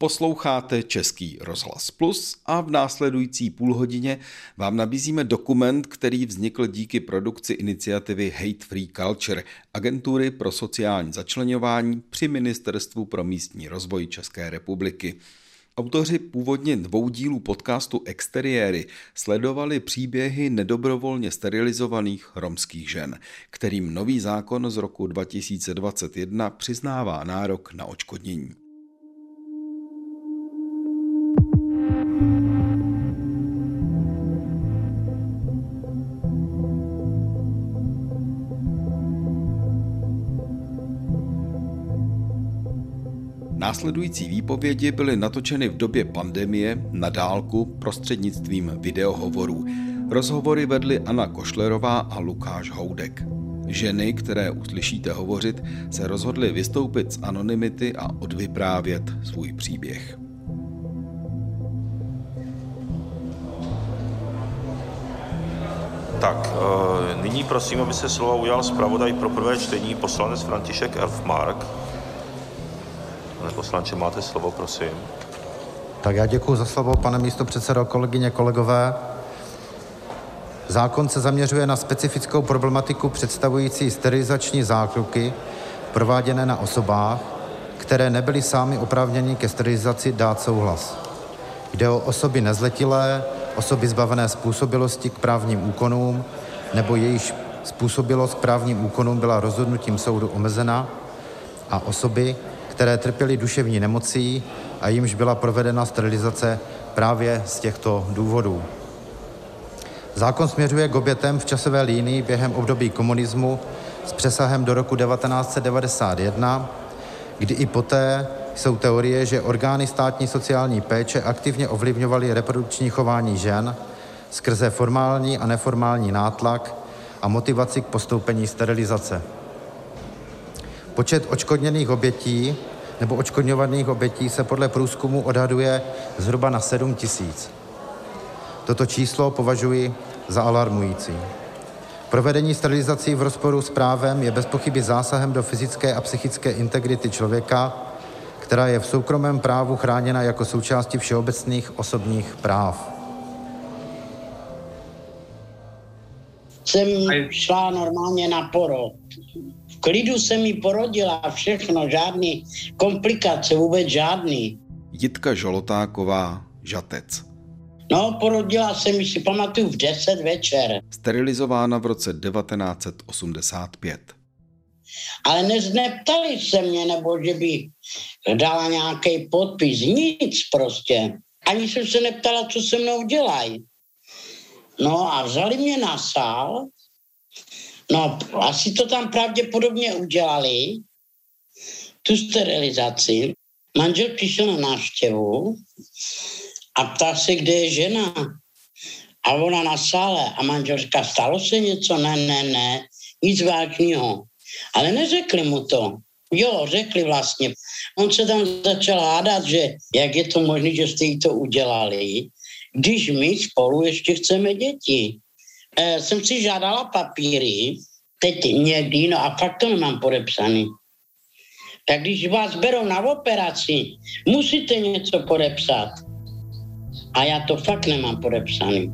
Posloucháte Český rozhlas Plus a v následující půlhodině vám nabízíme dokument, který vznikl díky produkci iniciativy Hate Free Culture, agentury pro sociální začleňování při Ministerstvu pro místní rozvoj České republiky. Autoři původně 2 dílů podcastu Exteriéry sledovali příběhy nedobrovolně sterilizovaných romských žen, kterým nový zákon z roku 2021 přiznává nárok na odškodnění. Následující výpovědi byly natočeny v době pandemie na dálku prostřednictvím videohovorů. Rozhovory vedly Anna Košlerová a Lukáš Houdek. Ženy, které uslyšíte hovořit, se rozhodly vystoupit z anonymity a odvyprávět svůj příběh. Tak, nyní prosím, aby se slova ujal zpravodaj pro prvé čtení poslanec František Elfmark. Pane poslanče, máte slovo, prosím. Tak já děkuji za slovo, pane místopředsedo, kolegyně, kolegové. Zákon se zaměřuje na specifickou problematiku představující sterilizační zákroky prováděné na osobách, které nebyly sami oprávněny ke sterilizaci dát souhlas. Jde o osoby nezletilé, osoby zbavené způsobilosti k právním úkonům nebo jejichž způsobilost k právním úkonům byla rozhodnutím soudu omezena a osoby, které trpěly duševní nemocí a jimž byla provedena sterilizace právě z těchto důvodů. Zákon směřuje k obětem v časové línii během období komunismu s přesahem do roku 1991, kdy i poté jsou teorie, že orgány státní sociální péče aktivně ovlivňovaly reprodukční chování žen skrze formální a neformální nátlak a motivaci k podstoupení sterilizace. Počet odškodněných obětí nebo odškodňovaných obětí se podle průzkumu odhaduje zhruba na 7 000. Toto číslo považuji za alarmující. Provedení sterilizací v rozporu s právem je bezpochyby zásahem do fyzické a psychické integrity člověka, která je v soukromém právu chráněna jako součástí všeobecných osobních práv. Jsem šla normálně na porod. V klidu se mi porodila všechno, žádný komplikace, vůbec žádný. Jitka Žolotáková, Žatec. No, porodila se mi, si pamatuju, v 10 večer. Sterilizována v roce 1985. Ale neptali se mě, nebo že by dala nějaký podpis, nic prostě. Ani jsem se neptala, co se mnou dělají. No a vzali mě na sál. No, asi to tam pravděpodobně udělali, tu sterilizaci. Manžel přišel na návštěvu a ptá se, kde je žena. A ona na sále. A manžel říká, stalo se něco? Ne, nic vážného. Ale neřekli mu to. Jo, řekli vlastně. On se tam začal hádat, že jak je to možné, že jste jí to udělali, když my spolu ještě chceme děti. Jsem si žádala papíry, teď někdy, no a fakt to nemám podepsaný. Tak když vás berou na operaci, musíte něco podepsat. A já to fakt nemám podepsaný.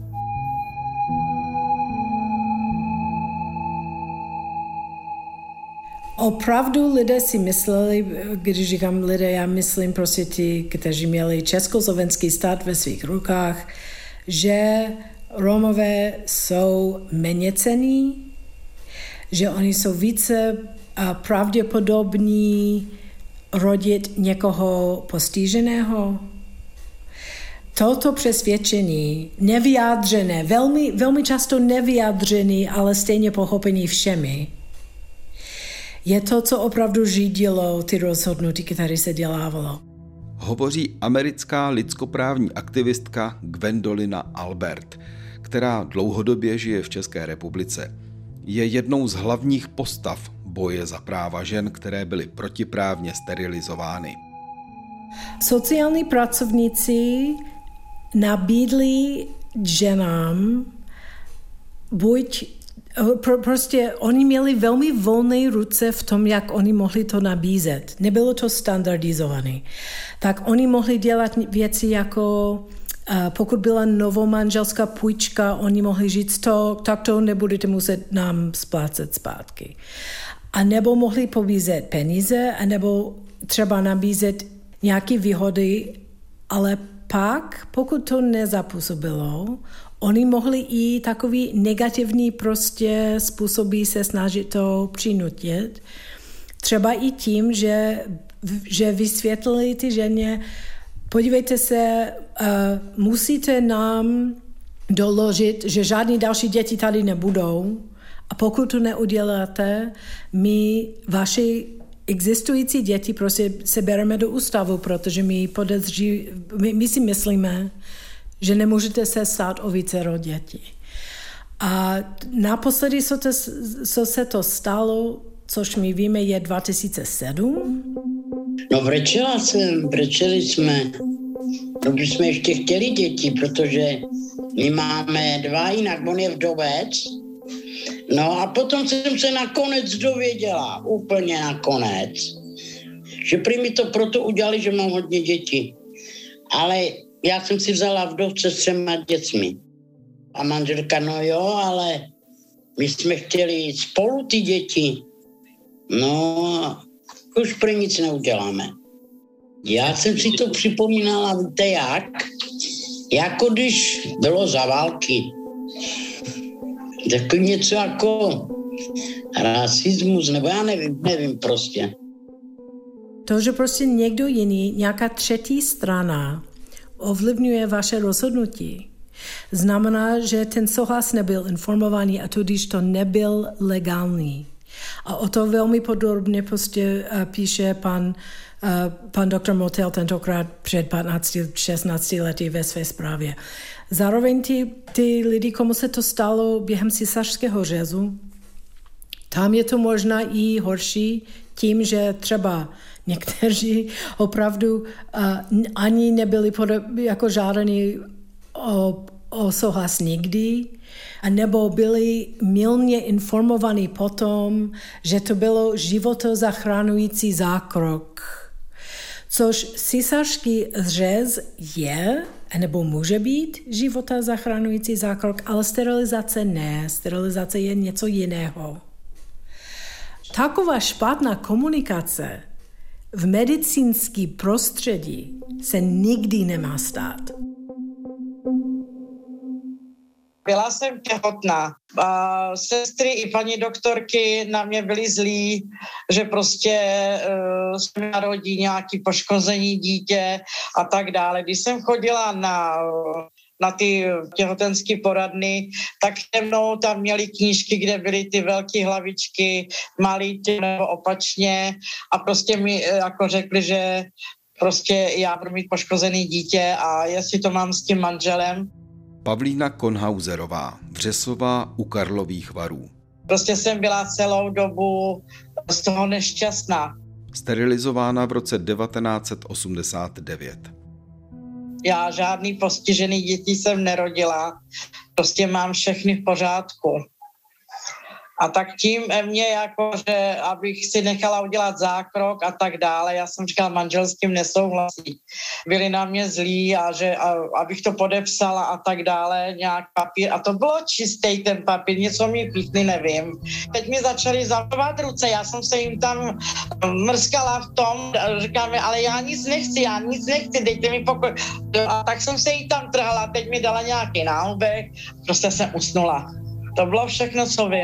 Opravdu lidé si mysleli, když říkám lidé, já myslím prostě ti, kteří měli československý stát ve svých rukách, že Romové jsou méněcenní, že oni jsou více pravděpodobní rodit někoho postiženého. Toto přesvědčení, nevyjádřené, velmi často nevyjádřené, ale stejně pochopení všemi, je to, co opravdu řídilo ty rozhodnutí, které se dělávalo. Hovoří americká lidskoprávní aktivistka Gwendolina Albert, která dlouhodobě žije v České republice. Je jednou z hlavních postav boje za práva žen, které byly protiprávně sterilizovány. Sociální pracovníci nabídli ženám buď prostě oni měli velmi volné ruce v tom, jak oni mohli to nabízet. Nebylo to standardizované. Tak oni mohli dělat věci jako, pokud byla novomanželská půjčka, oni mohli říct tak to nebudete muset nám splácet zpátky. A nebo mohli pobízet peníze, a nebo třeba nabízet nějaké výhody, ale pak, pokud to nezapůsobilo, oni mohli i takový negativní prostě způsoby se snažit to přinutit. Třeba i tím, že vysvětlili ty ženě, podívejte se, musíte nám doložit, že žádný další děti tady nebudou a pokud to neuděláte, my vaši existující děti prostě se bereme do ústavu, protože my si myslíme, že nemůžete se stát o vícero dětí. A naposledy, co se to stalo, což my víme, je 2007. No brečeli jsme. No, když jsme ještě chtěli děti, protože my máme 2, jinak on je vdovec. No a potom jsem se nakonec dověděla, úplně nakonec, že prý mi to proto udělali, že mám hodně dětí. Ale já jsem si vzala vdovce s 3 dětmi. A manželka, no jo, ale my jsme chtěli spolu ty děti. No, už prý nic neuděláme. Já jsem si to připomínala, víte jak? Jako když bylo za války. Takový něco jako rasismus, nebo já nevím prostě. To, že prostě někdo jiný, nějaká třetí strana ovlivňuje vaše rozhodnutí, znamená, že ten souhlas nebyl informovaný a tudíž to nebyl legální. A o to velmi podrobně prostě píše pan doktor Motel tentokrát před 15-16 lety ve své zprávě. Zároveň ty lidi, komu se to stalo během císařského řezu, tam je to možná i horší tím, že třeba někteří opravdu ani nebyli jako žádaní o souhlas nikdy, a nebo byli mylně informovaní potom, že to bylo životozachraňující zákrok. Což císařský řez je, nebo může být životozachraňující zákrok, ale sterilizace ne. Sterilizace je něco jiného. Taková špatná komunikace v medicínském prostředí se nikdy nemá stát. Byla jsem těhotná. Sestry i paní doktorky na mě byly zlí, že prostě se narodí nějaké poškození dítě a tak dále. Když jsem chodila na ty těhotenské poradny, tak se mnou tam měli knížky, kde byly ty velké hlavičky, malý nebo opačně a prostě mi jako řekli, že prostě já budu mít poškozený dítě a jestli to mám s tím manželem. Pavlína Konhauserová, Vřesová u Karlových Varů. Prostě jsem byla celou dobu z toho nešťastná. Sterilizována v roce 1989. Já žádný postižený děti jsem nerodila. Prostě mám všechny v pořádku. A tak tím mě jako, že abych si nechala udělat zákrok a tak dále, já jsem říkala, manželským nesouhlasí. Byli na mě zlí a že abych to podepsala a tak dále, nějak papír. A to bylo čistý ten papír, něco mi píchli, nevím. Teď mi začali zavovat ruce, já jsem se jim tam mrskala v tom, říkám, ale já nic nechci, dejte mi pokoj. A tak jsem se jí tam trhala, teď mi dala nějaký náhubek, prostě jsem usnula. To bylo všechno, co vím.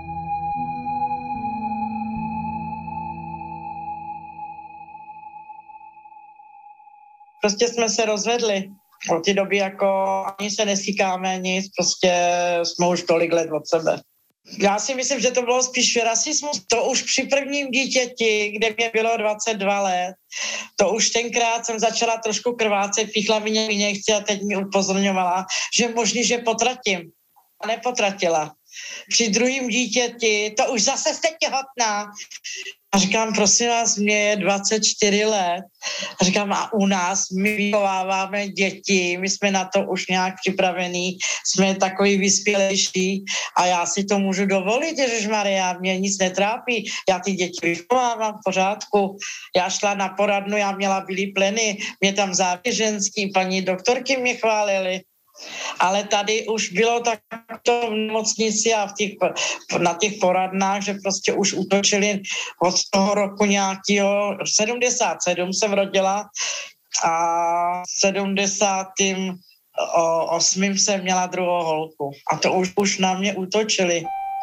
Prostě jsme se rozvedli. Od té doby jako ani se nesýkáme nic, prostě jsme už tolik let od sebe. Já si myslím, že to bylo spíš rasismus. To už při prvním dítěti, kde mě bylo 22 let, to už tenkrát jsem začala trošku krvácet, píchla mě nechci a teď mi upozorňovala, že možný, že potratím. A nepotratila. při druhém dítěti, to už zase jste těhotná. A říkám, prosím vás, mě je 24 let. A říkám, a u nás my vychováváme děti, my jsme na to už nějak připravení, jsme takový vyspělejší a já si to můžu dovolit, ježišmarja, mě nic netrápí, já ty děti vychovávám v pořádku. Já šla na poradnu, já měla bílý pleny, mě tam závěr ženský, paní doktorky mě chválily. Ale tady už bylo takto v nemocnici a na těch poradnách, že prostě už útočili od toho roku nějakého 77 jsem rodila a 78 jsem měla druhou holku. A to už na mě útočili.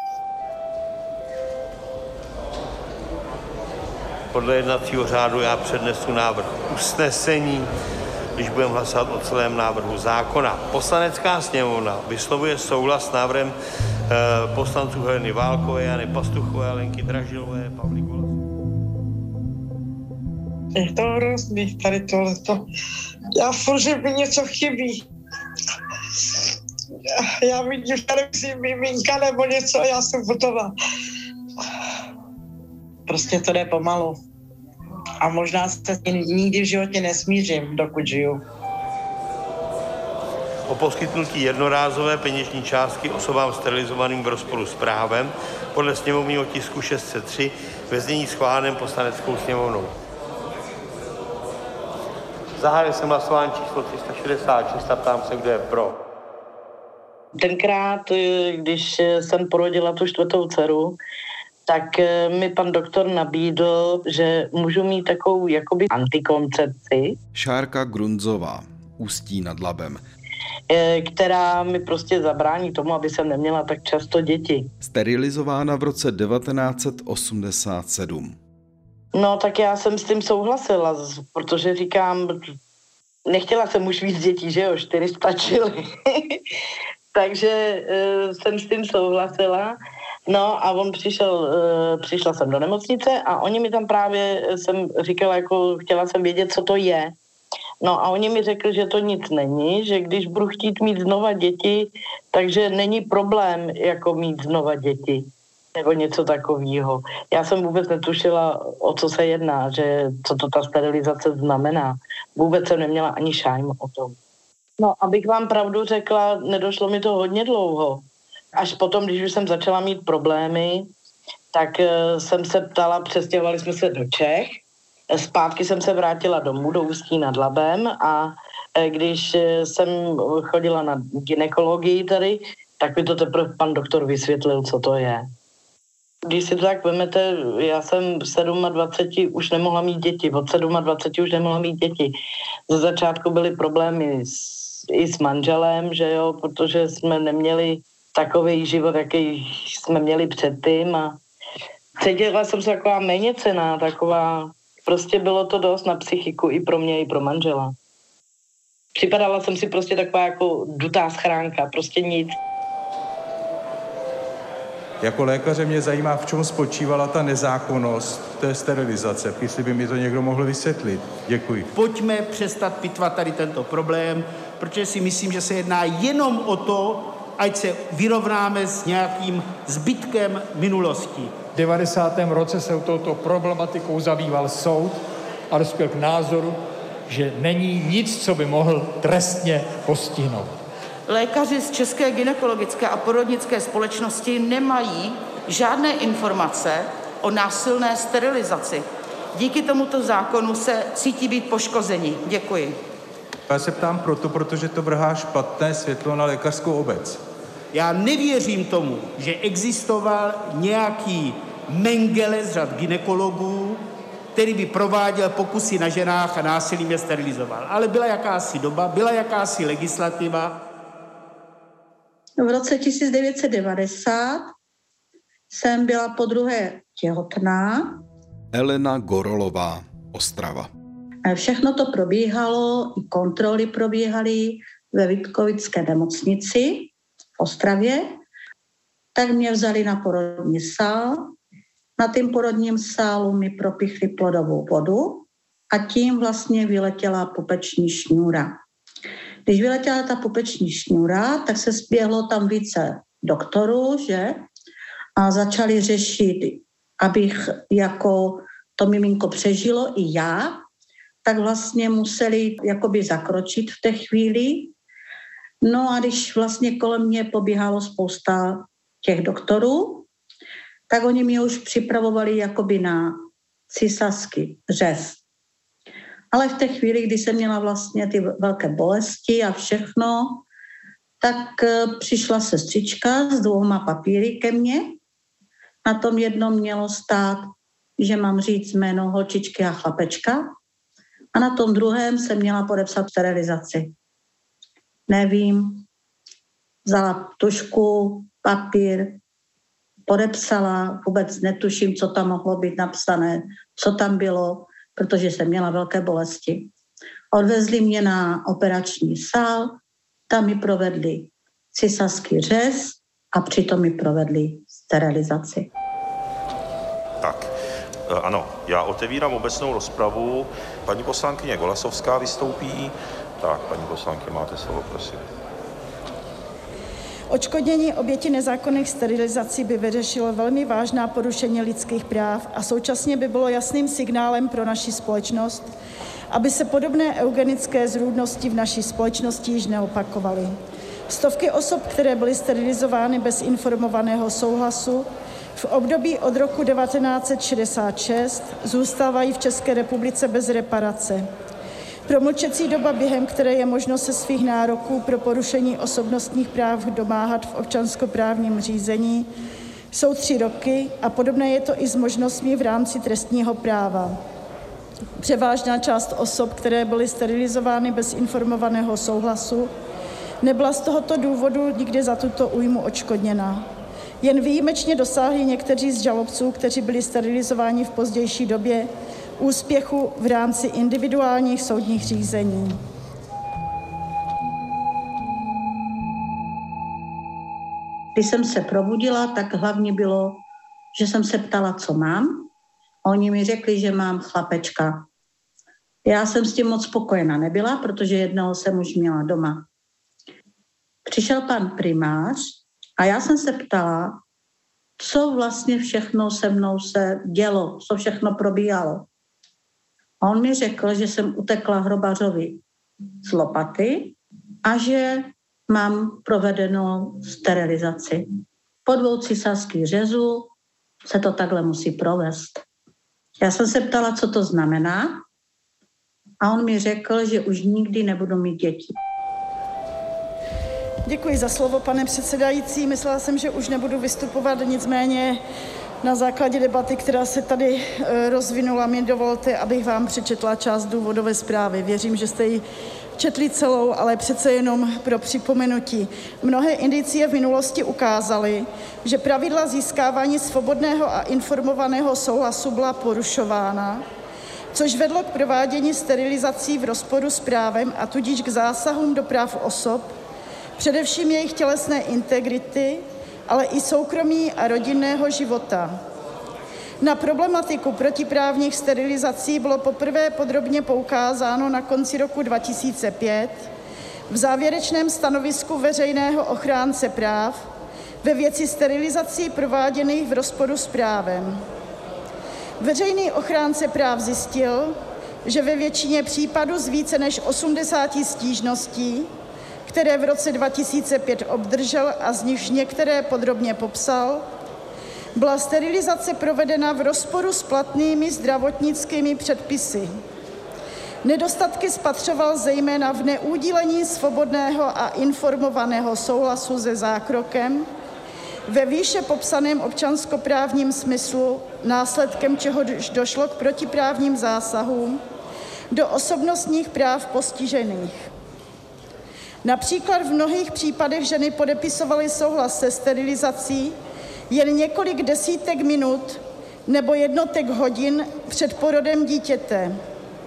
Podle jednacího řádu já přednesu návrh usnesení, když budeme hlasovat o celém návrhu zákona. Poslanecká sněmovna vyslovuje souhlas s návrhem poslanců Heleny Válkové, Jany Pastuchové, Lenky Dražilové, Pavly Golasowské. Je to hrozný, tady tohleto. Já furt, že mi něco chybí. Já vidím, že tady miminka nebo něco a já jsem hotová. Prostě to jde pomalu. A možná se nikdy v životě nesmířím, dokud žiju. O poskytnutí jednorázové peněžní částky osobám sterilizovaným v rozporu s právem podle sněmovního tisku 603 ve znění schváleném Poslaneckou sněmovnou. Zahájil jsem hlasování číslo 366 a ptám se, kdo je pro. Tenkrát, když jsem porodila tu 4. dceru, tak mi pan doktor nabídl, že můžu mít takovou jakoby antikoncepci. Šárka Grunzová, Ústí nad Labem. Která mi prostě zabrání tomu, aby jsem neměla tak často děti. Sterilizována v roce 1987. No tak já jsem s tím souhlasila, protože říkám, nechtěla jsem už víc dětí, že jo, 4 stačily. Takže jsem s tím souhlasila. No a on přišla jsem do nemocnice a oni mi tam právě, jsem říkala, jako chtěla jsem vědět, co to je. No a oni mi řekli, že to nic není, že když budu chtít mít znova děti, takže není problém jako mít znova děti nebo něco takového. Já jsem vůbec netušila, o co se jedná, že co to ta sterilizace znamená. Vůbec jsem neměla ani šajm o tom. No, abych vám pravdu řekla, nedošlo mi to hodně dlouho. Až potom, když už jsem začala mít problémy, tak jsem se ptala, přestěhovali jsme se do Čech, zpátky jsem se vrátila domů do Ústí nad Labem a když jsem chodila na gynekologii tady, tak mi to teprve pan doktor vysvětlil, co to je. Když si to tak vemete, já jsem v 27 už nemohla mít děti, od 27 už nemohla mít děti. Ze začátku byly problémy i s manželem, že jo, protože jsme neměli takový život, jaký jsme měli předtím a cítila jsem se taková méněcenná, taková, prostě bylo to dost na psychiku i pro mě, i pro manžela. Připadala jsem si prostě taková jako dutá schránka, prostě nic. Jako lékaře mě zajímá, v čem spočívala ta nezákonnost té sterilizace. Jestli by mi to někdo mohl vysvětlit. Děkuji. Pojďme přestat pitvat tady tento problém, protože si myslím, že se jedná jenom o to, ať se vyrovnáme s nějakým zbytkem minulosti. V 90. roce se touto problematikou zabýval soud a dospěl k názoru, že není nic, co by mohl trestně postihnout. Lékaři z České gynekologické a porodnické společnosti nemají žádné informace o násilné sterilizaci. Díky tomuto zákonu se cítí být poškozeni. Děkuji. Já se ptám protože to vrhá špatné světlo na lékařskou obec. Já nevěřím tomu, že existoval nějaký Mengele z řad gynekologů, který by prováděl pokusy na ženách a násilím je sterilizoval. Ale byla jakási doba, byla jakási legislativa. V roce 1990 jsem byla podruhé těhotná. Elena Gorolová, Ostrava. Všechno to probíhalo, i kontroly probíhaly ve Vítkovické nemocnici v Ostravě. Tak mě vzali na porodní sál. Na tom porodním sálu mi propichli plodovou vodu a tím vlastně vyletěla pupeční šňůra. Když vyletěla ta pupeční šňůra, tak se zběhlo tam více doktorů, že? A začali řešit, abych jako to miminko přežilo i já, tak vlastně museli jakoby zakročit v té chvíli. No a když vlastně kolem mě pobíhalo spousta těch doktorů, tak oni mě už připravovali jakoby na císařský řez. Ale v té chvíli, kdy jsem měla vlastně ty velké bolesti a všechno, tak přišla sestřička s 2 papíry ke mně. Na tom jednom mělo stát, že mám říct jméno holčičky a chlapečka. A na tom druhém jsem měla podepsat sterilizaci. Nevím, vzala tužku, papír, podepsala, vůbec netuším, co tam mohlo být napsané, co tam bylo, protože jsem měla velké bolesti. Odvezli mě na operační sál, tam mi provedli císařský řez a přitom mi provedli sterilizaci. Tak, ano, já otevírám obecnou rozpravu. Paní poslankyně Golasowská vystoupí. Tak, paní poslankyně, máte slovo, prosím. Odškodnění oběti nezákonných sterilizací by vyřešilo velmi vážná porušení lidských práv a současně by bylo jasným signálem pro naši společnost, aby se podobné eugenické zrůdnosti v naší společnosti již neopakovaly. Stovky osob, které byly sterilizovány bez informovaného souhlasu, v období od roku 1966 zůstávají v České republice bez reparace. Promlčecí doba, během které je možno se svých nároků pro porušení osobnostních práv domáhat v občanskoprávním řízení, jsou 3 roky a podobné je to i s možnostmi v rámci trestního práva. Převážná část osob, které byly sterilizovány bez informovaného souhlasu, nebyla z tohoto důvodu nikdy za tuto újmu odškodněna. Jen výjimečně dosáhli někteří z žalobců, kteří byli sterilizováni v pozdější době, úspěchu v rámci individuálních soudních řízení. Když jsem se probudila, tak hlavně bylo, že jsem se ptala, co mám. Oni mi řekli, že mám chlapečka. Já jsem s tím moc spokojená nebyla, protože jednoho jsem už měla doma. Přišel pan primář a já jsem se ptala, co vlastně všechno se mnou se dělo, co všechno probíhalo. A on mi řekl, že jsem utekla hrobařovi z lopaty a že mám provedenou sterilizaci. Po 2 císařských řezů se to takhle musí provést. Já jsem se ptala, co to znamená, a on mi řekl, že už nikdy nebudu mít děti. Děkuji za slovo, pane předsedající. Myslela jsem, že už nebudu vystupovat, nicméně na základě debaty, která se tady rozvinula, mi dovolte, abych vám přečetla část důvodové zprávy. Věřím, že jste ji četli celou, ale přece jenom pro připomenutí. Mnohé indicie v minulosti ukázaly, že pravidla získávání svobodného a informovaného souhlasu byla porušována, což vedlo k provádění sterilizací v rozporu s právem a tudíž k zásahům do práv osob, především jejich tělesné integrity, ale i soukromí a rodinného života. Na problematiku protiprávních sterilizací bylo poprvé podrobně poukázáno na konci roku 2005 v závěrečném stanovisku veřejného ochránce práv ve věci sterilizací prováděných v rozporu s právem. Veřejný ochránce práv zjistil, že ve většině případů z více než 80 stížností, které v roce 2005 obdržel a z nichž některé podrobně popsal, byla sterilizace provedena v rozporu s platnými zdravotnickými předpisy. Nedostatky spatřoval zejména v neudílení svobodného a informovaného souhlasu se zákrokem, ve výše popsaném občanskoprávním smyslu, následkem čehož došlo k protiprávním zásahům do osobnostních práv postižených. Například v mnohých případech ženy podepisovaly souhlas se sterilizací jen několik desítek minut nebo jednotek hodin před porodem dítěte.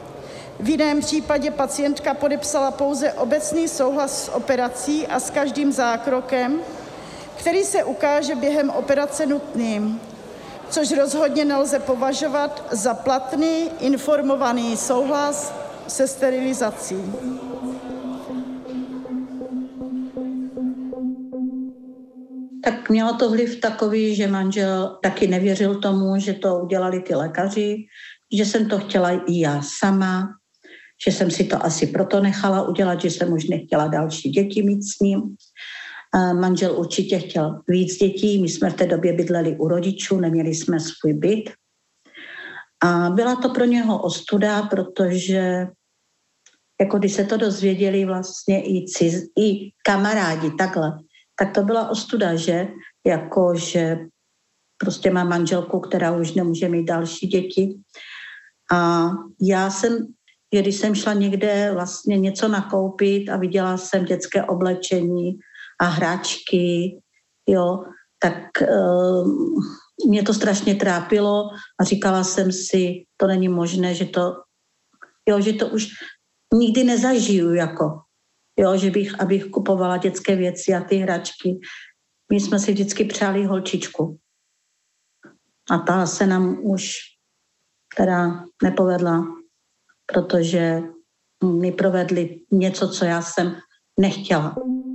V jiném případě pacientka podepsala pouze obecný souhlas s operací a s každým zákrokem, který se ukáže během operace nutným, což rozhodně nelze považovat za platný informovaný souhlas se sterilizací. Tak Tak mělo to vliv takový, že manžel taky nevěřil tomu, že to udělali ty lékaři, že jsem to chtěla i já sama, že jsem si to asi proto nechala udělat, že jsem už nechtěla další děti mít s ním. Manžel určitě chtěl víc dětí, my jsme v té době bydleli u rodičů, neměli jsme svůj byt. A byla to pro něho ostuda, protože jako když se to dozvěděli vlastně i kamarádi takhle, tak to byla ostuda, že prostě má manželku, která už nemůže mít další děti. A když jsem šla někde vlastně něco nakoupit a viděla jsem dětské oblečení a hračky, tak mě to strašně trápilo a říkala jsem si, to není možné, že to už nikdy nezažiju, abych kupovala dětské věci a ty hračky. My jsme si vždycky přáli holčičku. A ta se nám už teda nepovedla, protože mi provedli něco, co já jsem nechtěla.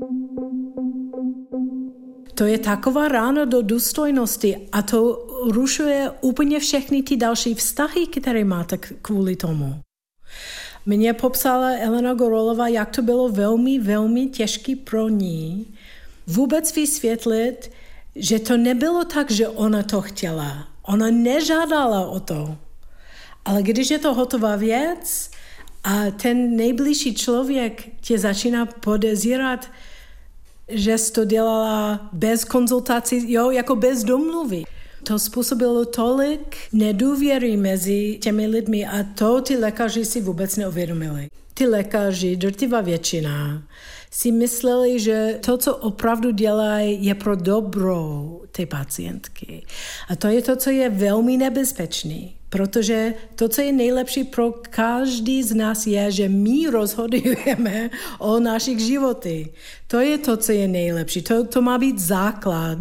To je taková rána do důstojnosti a to rušuje úplně všechny ty další vztahy, které máte kvůli tomu. Mně popsala Elena Gorolová, jak to bylo velmi, velmi těžké pro ní vůbec vysvětlit, že to nebylo tak, že ona to chtěla. Ona nežádala o to. Ale když je to hotová věc a ten nejbližší člověk tě začíná podezírat, že jsi to dělala bez konzultací, jako bez domluvy. To způsobilo tolik nedůvěry mezi těmi lidmi a to ty lékaři si vůbec neuvědomili. Ty lékaři, drtivá většina, si mysleli, že to, co opravdu dělají, je pro dobro té pacientky. A to je to, co je velmi nebezpečné, protože to, co je nejlepší pro každý z nás, je, že my rozhodujeme o našich životech. To je to, co je nejlepší. To má být základ.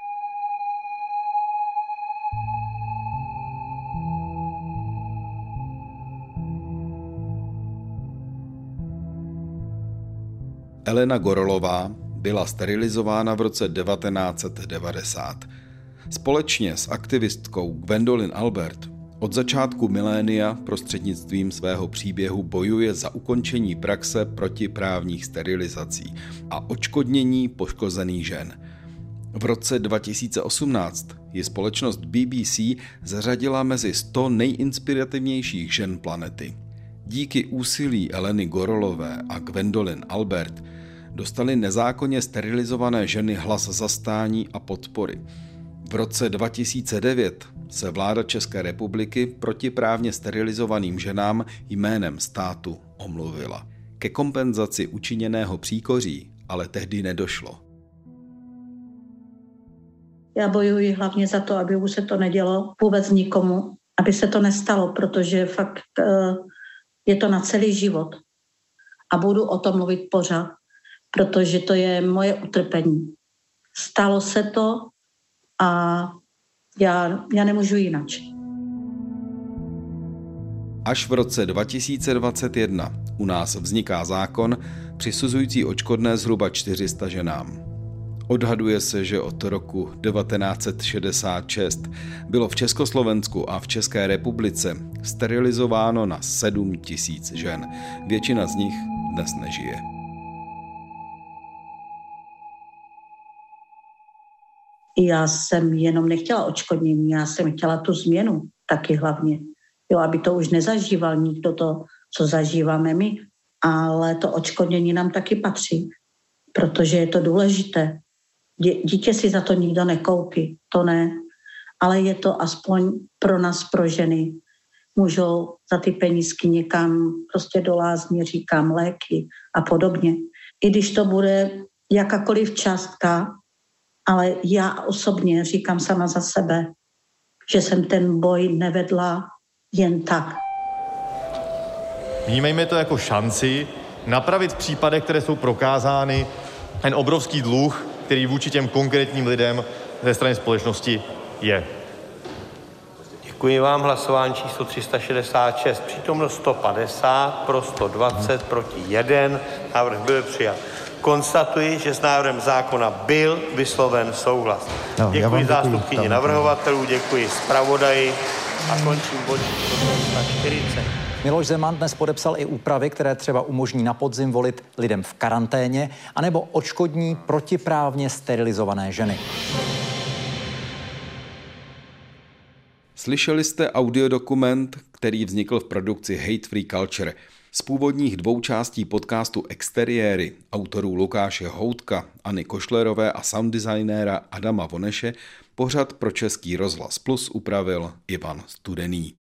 Elena Gorolová byla sterilizována v roce 1990. Společně s aktivistkou Gwendolyn Albert od začátku milénia prostřednictvím svého příběhu bojuje za ukončení praxe protiprávních sterilizací a odškodnění poškozených žen. V roce 2018 ji společnost BBC zařadila mezi 100 nejinspirativnějších žen planety. Díky úsilí Eleny Gorolové a Gwendolyn Albert dostali nezákonně sterilizované ženy hlas zastání a podpory. V roce 2009 se vláda České republiky protiprávně sterilizovaným ženám jménem státu omluvila. Ke kompenzaci učiněného příkoří ale tehdy nedošlo. Já bojuji hlavně za to, aby už se to nedělo vůbec nikomu, aby se to nestalo, protože fakt je to na celý život. A budu o tom mluvit pořád, protože to je moje utrpení. Stalo se to a já nemůžu jinak. Až v roce 2021 u nás vzniká zákon přisuzující odškodné zhruba 400 ženám. Odhaduje se, že od roku 1966 bylo v Československu a v České republice sterilizováno na 7 000 žen. Většina z nich dnes nežije. Já jsem jenom nechtěla odškodnění, já jsem chtěla tu změnu taky hlavně. Aby to už nezažíval nikdo to, co zažíváme my, ale to odškodnění nám taky patří, protože je to důležité. Dítě si za to nikdo nekoupí, to ne, ale je to aspoň pro nás, pro ženy. Můžou za ty penízky někam prostě do lázně, říkám, léky a podobně. I když to bude jakákoliv částka, ale já osobně říkám sama za sebe, že jsem ten boj nevedla jen tak. Vnímejme to jako šanci napravit v případech, které jsou prokázány, ten obrovský dluh, který vůči těm konkrétním lidem ze strany společnosti je. Děkuji vám. Hlasování číslo 366. Přítomno 150, pro 120, proti 1. Návrh byl přijat. Konstatuji, že s návrhem zákona byl vysloven souhlas. Děkuji zástupkyni navrhovatelů, děkuji zpravodaji a končím bod 40. Miloš Zeman dnes podepsal i úpravy, které třeba umožní na podzim volit lidem v karanténě anebo odškodní protiprávně sterilizované ženy. Slyšeli jste audiodokument, který vznikl v produkci Hate Free Culture. Z původních 2 částí podcastu Exteriéry autorů Lukáše Houtka, Anny Košlerové a sounddesignéra Adama Voneše pořad pro Český rozhlas Plus upravil Ivan Studený.